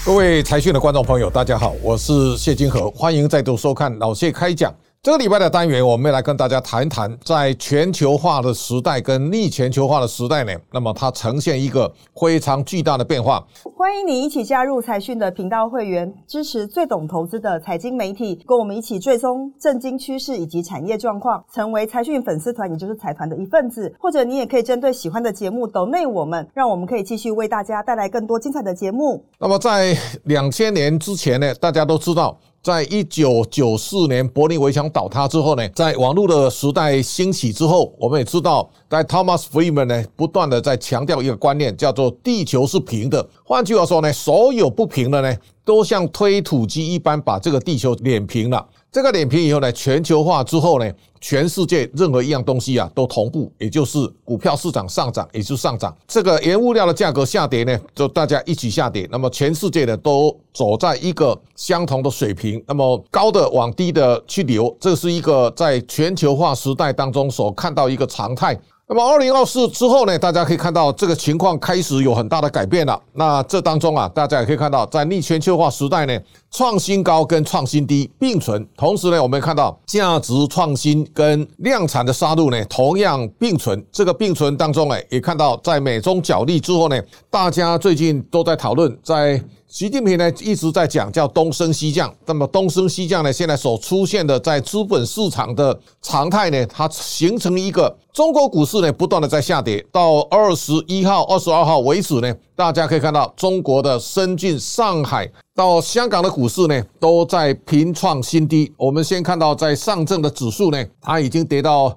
各位财讯的观众朋友，大家好，我是谢金河，欢迎再度收看老谢开讲。这个礼拜的单元，我们来跟大家谈一谈，在全球化的时代跟逆全球化的时代呢，那么它呈现一个非常巨大的变化。 欢迎你一起加入财讯的频道会员，支持最懂投资的财经媒体，跟我们一起追踪政经趋势以及产业状况，成为财讯粉丝团，也就是财团的一份子。或者你也可以针对喜欢的节目抖内我们，让我们可以继续为大家带来更多精彩的节目。 那么在2000年之前呢，大家都知道，在1994年柏林围墙倒塌之后呢，在网络的时代兴起之后，我们也知道，在 Thomas Friedman 呢不断的在强调一个观念，叫做地球是平的。换句话说呢，所有不平的呢，都像推土机一般把这个地球碾平了。这个碾平以后呢，全球化之后呢，全世界任何一样东西啊都同步，也就是股票市场上涨，也就是上涨。这个原物料的价格下跌呢，就大家一起下跌。那么全世界呢都走在一个相同的水平，那么高的往低的去流，这是一个在全球化时代当中所看到一个常态。那么2024之后呢，大家可以看到这个情况开始有很大的改变了。那这当中啊，大家也可以看到，在逆全球化时代呢，创新高跟创新低并存，同时呢，我们看到价值创新跟量产的杀戮呢，同样并存。这个并存当中呢，也看到在美中角力之后呢，大家最近都在讨论，在习近平呢一直在讲叫东升西降，那么东升西降呢，现在所出现的在资本市场的常态呢，它形成一个中国股市呢不断的在下跌，到21号、22号为止呢，大家可以看到中国的深圳、上海到香港的股市呢都在频创新低。我们先看到在上证的指数呢，它已经跌到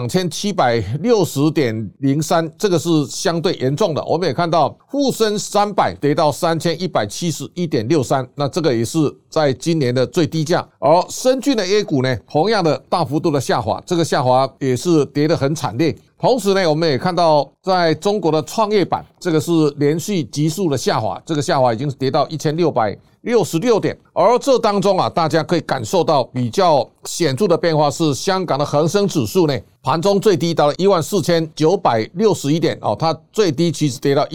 2760.03， 这个是相对严重的。我们也看到沪深300跌到3171.63， 那这个也是在今年的最低价。而深圳的 A 股呢，同样的大幅度的下滑，这个下滑也是跌得很惨烈。同时呢，我们也看到在中国的创业板，这个是连续急速的下滑，这个下滑已经跌到1666点。而这当中啊，大家可以感受到比较显著的变化是香港的恒生指数呢，盘中最低到了14961点哦，它最低其实跌到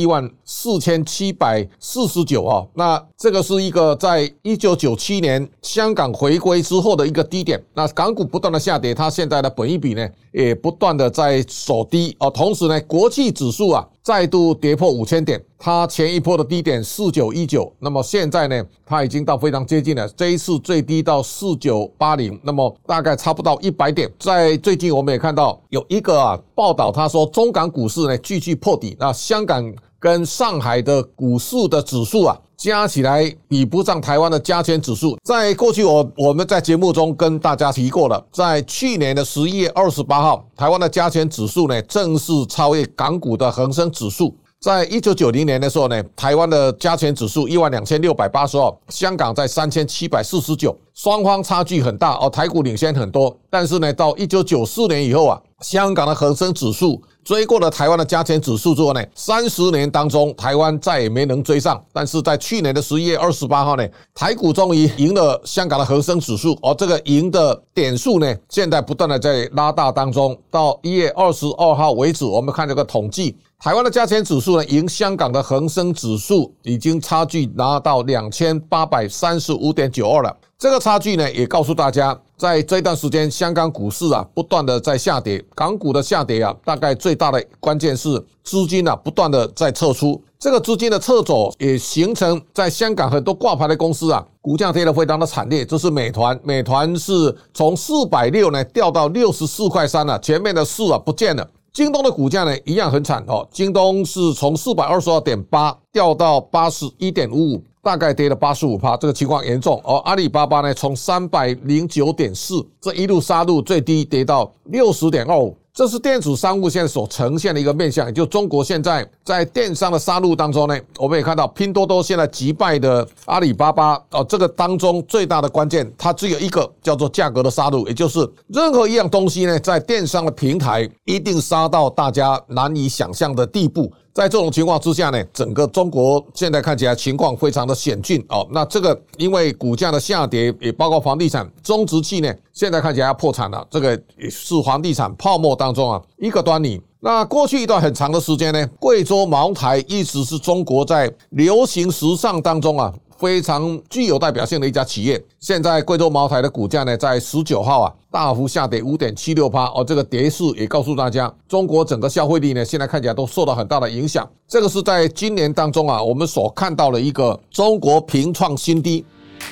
14749哦。那这个是一个在1997年香港回归之后的一个低点。那港股不断的下跌，它现在的本益比呢也不断的在守低哦。同时呢，国际指数啊再度跌破5000点，它前一波的低点4919，那么现在呢，它已经到非常接近了，这一次最低到4980，那么大概差不到100点。在最近我们也看到有一个报道，他说中港股市呢继续破底，那香港跟上海的股市的指数啊加起来比不上台湾的加权指数。在过去我们在节目中跟大家提过了，在去年的11月28号，台湾的加权指数呢正式超越港股的恒生指数。在1990年的时候呢，台湾的加权指数12682，香港在3749，双方差距很大哦，台股领先很多。但是呢，到1994年以后啊，香港的恒生指数追过了台湾的加权指数之后呢，30年当中台湾再也没能追上。但是在去年的11月28号呢，台股终于赢了香港的恒生指数，而这个赢的点数呢，现在不断的在拉大当中。到1月22号为止，我们看这个统计，台湾的加权指数呢，赢香港的恒生指数已经差距拿到2835.92了。这个差距呢，也告诉大家，在这段时间，香港股市啊不断的在下跌，港股的下跌啊，大概最大的关键是资金啊不断的在撤出。这个资金的撤走也形成在香港很多挂牌的公司啊，股价跌得非常的惨烈。这是美团，美团是从460呢掉到64.3块了，前面的4啊不见了。京东的股价呢一样很惨哦，京东是从422.8掉到81.55，大概跌了 85%， 这个情况严重。而阿里巴巴呢，从309.4这一路杀入最低跌到60.25。这是电子商务现在所呈现的一个面向，也就中国现在在电商的杀戮当中呢，我们也看到拼多多现在击败的阿里巴巴这个当中最大的关键，它只有一个叫做价格的杀戮，也就是任何一样东西呢，在电商的平台一定杀到大家难以想象的地步。在这种情况之下呢，整个中国现在看起来情况非常的险峻哦。那这个因为股价的下跌，也包括房地产、中植气呢，现在看起来要破产了。这个也是房地产泡沫当中一个端倪。那过去一段很长的时间呢，贵州茅台一直是中国在流行时尚当中非常具有代表性的一家企业。现在贵州茅台的股价呢，在19号大幅下跌 5.76%， 这个跌势也告诉大家，中国整个消费力呢，现在看起来都受到很大的影响。这个是在今年当中我们所看到的一个中国平创新低。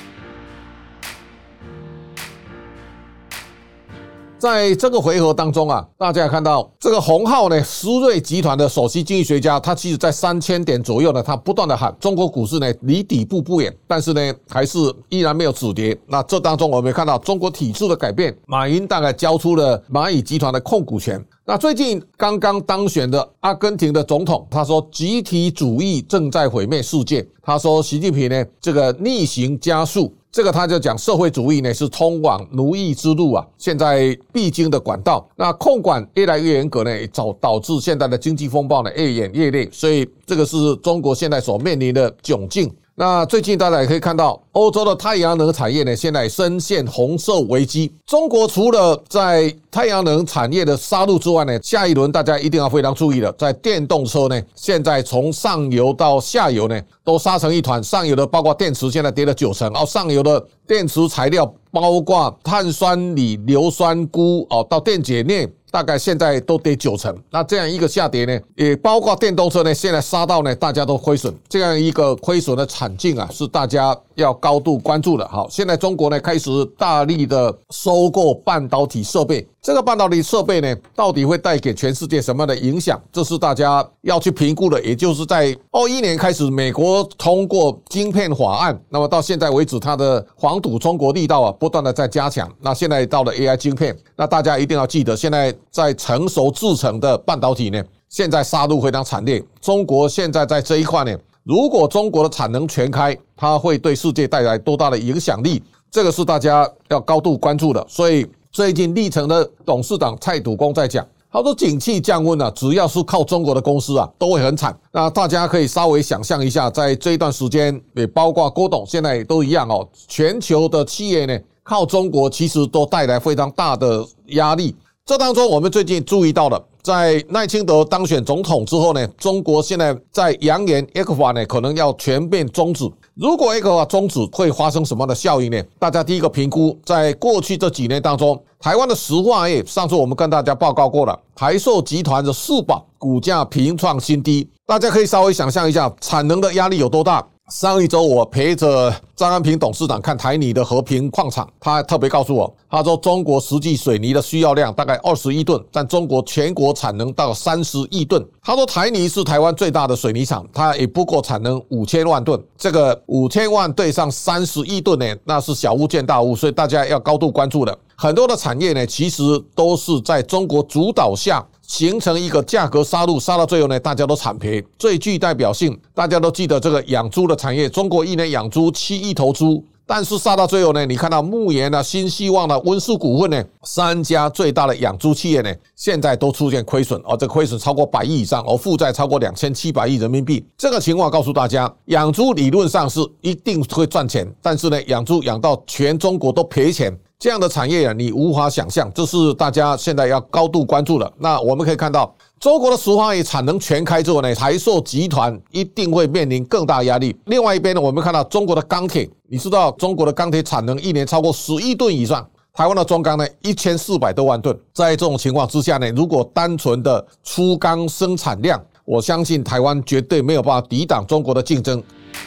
在这个回合当中大家看到这个鸿浩呢，思睿集团的首席经济学家，他其实在3000点左右呢，他不断的喊中国股市呢离底部不远，但是呢还是依然没有止跌。那这当中我们看到中国体制的改变，马云大概交出了蚂蚁集团的控股权。那最近刚刚当选的阿根廷的总统，他说集体主义正在毁灭世界。他说习近平呢这个逆行加速，这个他就讲社会主义呢是通往奴役之路现在必经的管道。那控管越来越严格呢，导致现在的经济风暴呢越演越烈，所以这个是中国现在所面临的窘境。那最近大家也可以看到，欧洲的太阳能产业呢，现在深陷红色危机。中国除了在太阳能产业的杀戮之外呢，下一轮大家一定要非常注意的，在电动车呢，现在从上游到下游呢，都杀成一团。上游的包括电池现在跌了90%，上游的电池材料包括碳酸锂、硫酸钴到电解镍，大概现在都跌90%。那这样一个下跌呢，也包括电动车呢，现在杀到呢，大家都亏损。这样一个亏损的惨境是大家要高度关注的。好，现在中国呢开始大力的收购半导体设备。这个半导体设备呢，到底会带给全世界什么样的影响？这是大家要去评估的。也就是在21年开始，美国通过晶片法案，那么到现在为止，它的黄赌中国力道不断的在加强。那现在到了 AI 晶片，那大家一定要记得，现在在成熟制成的半导体呢，现在杀戮非常惨烈。中国现在在这一块呢，如果中国的产能全开，它会对世界带来多大的影响力？这个是大家要高度关注的。所以最近力成的董事长蔡笃公在讲，他说景气降温只要是靠中国的公司都会很惨。那大家可以稍微想象一下，在这一段时间，也包括郭董现在都一样全球的企业呢，靠中国其实都带来非常大的压力。这当中我们最近注意到了，在赖清德当选总统之后呢，中国现在在扬言 ECFA 呢可能要全面终止。如果 ECFA 终止会发生什么样的效应呢？大家第一个评估，在过去这几年当中，台湾的石化业，上次我们跟大家报告过了，台塑集团的四宝股价平创新低，大家可以稍微想象一下产能的压力有多大。上一周我陪着张安平董事长看台泥的和平矿场，他特别告诉我，他说中国实际水泥的需要量大概20亿吨，但中国全国产能到30亿吨。他说台泥是台湾最大的水泥厂，它也不过产能5000万吨，这个5000万对上30亿吨呢，那是小巫见大巫，所以大家要高度关注的。很多的产业呢，其实都是在中国主导下形成一个价格杀戮，杀到最后呢，大家都惨赔。最具代表性，大家都记得这个养猪的产业，中国一年养猪7亿头猪，但是杀到最后呢，你看到牧原新希望温氏股份呢，3家最大的养猪企业呢，现在都出现亏损，这个亏损超过100亿以上，负债超过2700亿人民币。这个情况告诉大家，养猪理论上是一定会赚钱，但是呢，养猪养到全中国都赔钱。这样的产业你无法想象，这是大家现在要高度关注的。那我们可以看到，中国的石化业产能全开之后呢，台塑集团一定会面临更大压力。另外一边呢，我们看到中国的钢铁，你知道中国的钢铁产能一年超过10亿吨以上，台湾的中钢呢1400多万吨。在这种情况之下呢，如果单纯的粗钢生产量，我相信台湾绝对没有办法抵挡中国的竞争。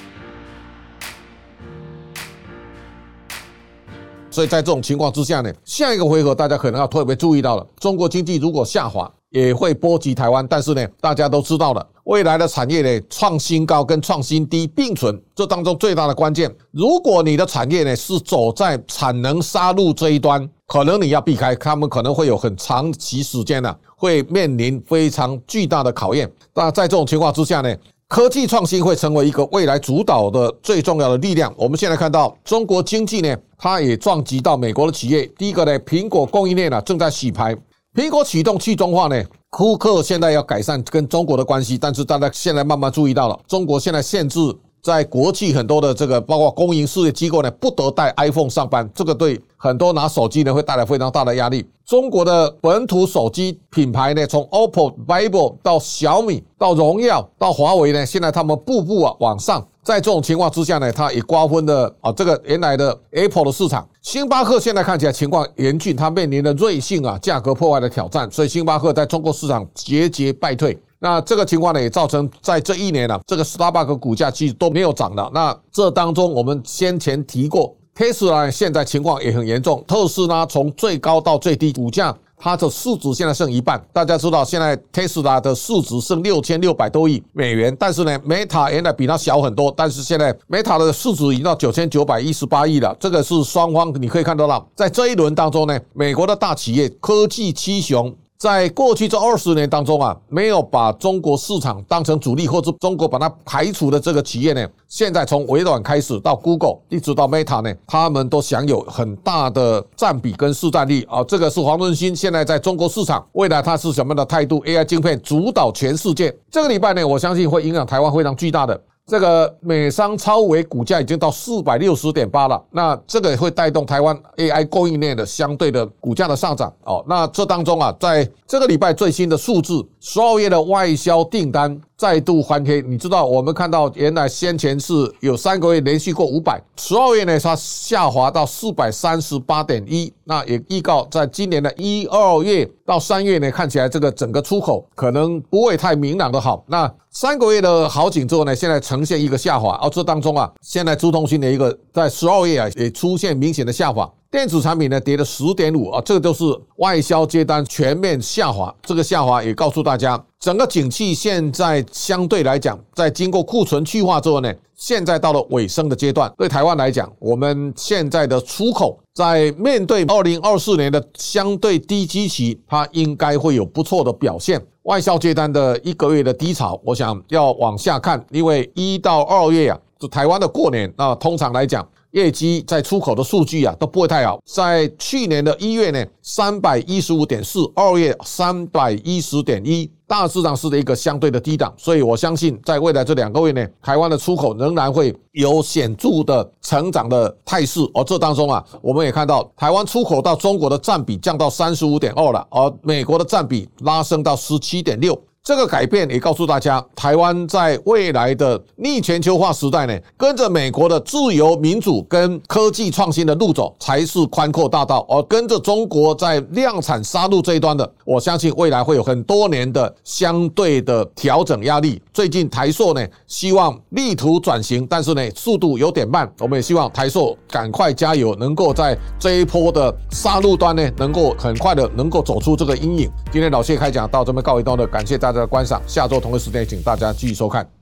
所以在这种情况之下呢，下一个回合大家可能要特别注意到了，中国经济如果下滑也会波及台湾。但是呢，大家都知道了，未来的产业呢创新高跟创新低并存，这当中最大的关键，如果你的产业呢是走在产能杀戮这一端，可能你要避开，他们可能会有很长期时间会面临非常巨大的考验。那在这种情况之下呢，科技创新会成为一个未来主导的最重要的力量。我们现在看到中国经济呢，它也撞击到美国的企业。第一个呢，苹果供应链正在洗牌，苹果启动去中化呢，库克现在要改善跟中国的关系，但是大家现在慢慢注意到了，中国现在限制在国际很多的这个包括公营事业机构呢，不得带 iPhone 上班，这个对很多拿手机呢会带来非常大的压力。中国的本土手机品牌呢，从 OPPO、vivo 到小米到荣耀到华为呢，现在他们步步往上。在这种情况之下呢，它也瓜分了这个原来的 Apple 的市场。星巴克现在看起来情况严峻，它面临了瑞幸价格破坏的挑战，所以星巴克在中国市场节节败退。那这个情况呢，也造成在这一年这个 Starbucks 股价其实都没有涨了。那这当中我们先前提过 Tesla 现在情况也很严重，特斯拉从最高到最低股价它的市值现在剩一半。大家知道现在 Tesla 的市值剩6600多亿美元，但是呢 Meta 原来比它小很多，但是现在 Meta 的市值已经到9918亿了。这个是双方你可以看到了，在这一轮当中呢，美国的大企业科技七雄在过去这20年当中没有把中国市场当成主力，或者中国把它排除的这个企业呢，现在从微软开始到 Google 一直到 Meta 呢，他们都享有很大的占比跟市占率这个是黄润兴现在在中国市场未来他是什么样的态度 ？AI 晶片主导全世界，这个礼拜呢，我相信会影响台湾非常巨大的。这个美商超微股价已经到 460.8 了，那这个会带动台湾 AI 供应链的相对的股价的上涨那这当中在这个礼拜最新的数字，12月的外销订单再度翻黑。你知道我们看到原来先前是有3个月连续过500，12月呢它下滑到 438.1， 那也预告在今年的1、2月到3月呢，看起来这个整个出口可能不会太明朗的好。那3个月的好景之后呢，现在呈现一个下滑这当中现在中通讯的一个在12月也出现明显的下滑。电子产品呢跌了 10.5 这个就是外销接单全面下滑。这个下滑也告诉大家，整个景气现在相对来讲，在经过库存去化之后呢，现在到了尾声的阶段。对台湾来讲，我们现在的出口在面对2024年的相对低基期，它应该会有不错的表现。外销接单的1个月的低潮，我想要往下看，因为1到2月就台湾的过年，那通常来讲业绩在出口的数据都不会太好。在去年的1月呢 315.4， 2月 310.1， 大致上是一个相对的低档，所以我相信在未来这2个月呢，台湾的出口仍然会有显著的成长的态势。这当中我们也看到台湾出口到中国的占比降到 35.2 了，而美国的占比拉升到 17.6。这个改变也告诉大家，台湾在未来的逆全球化时代呢，跟着美国的自由民主跟科技创新的路走才是宽阔大道，而跟着中国在量产杀戮这一端的，我相信未来会有很多年的相对的调整压力。最近台塑呢希望力图转型，但是呢速度有点慢，我们也希望台塑赶快加油，能够在这一波的杀戮端呢能够很快的能够走出这个阴影。今天老谢开讲到这边告一段落，感谢大家的观赏，下周同一时间请大家继续收看。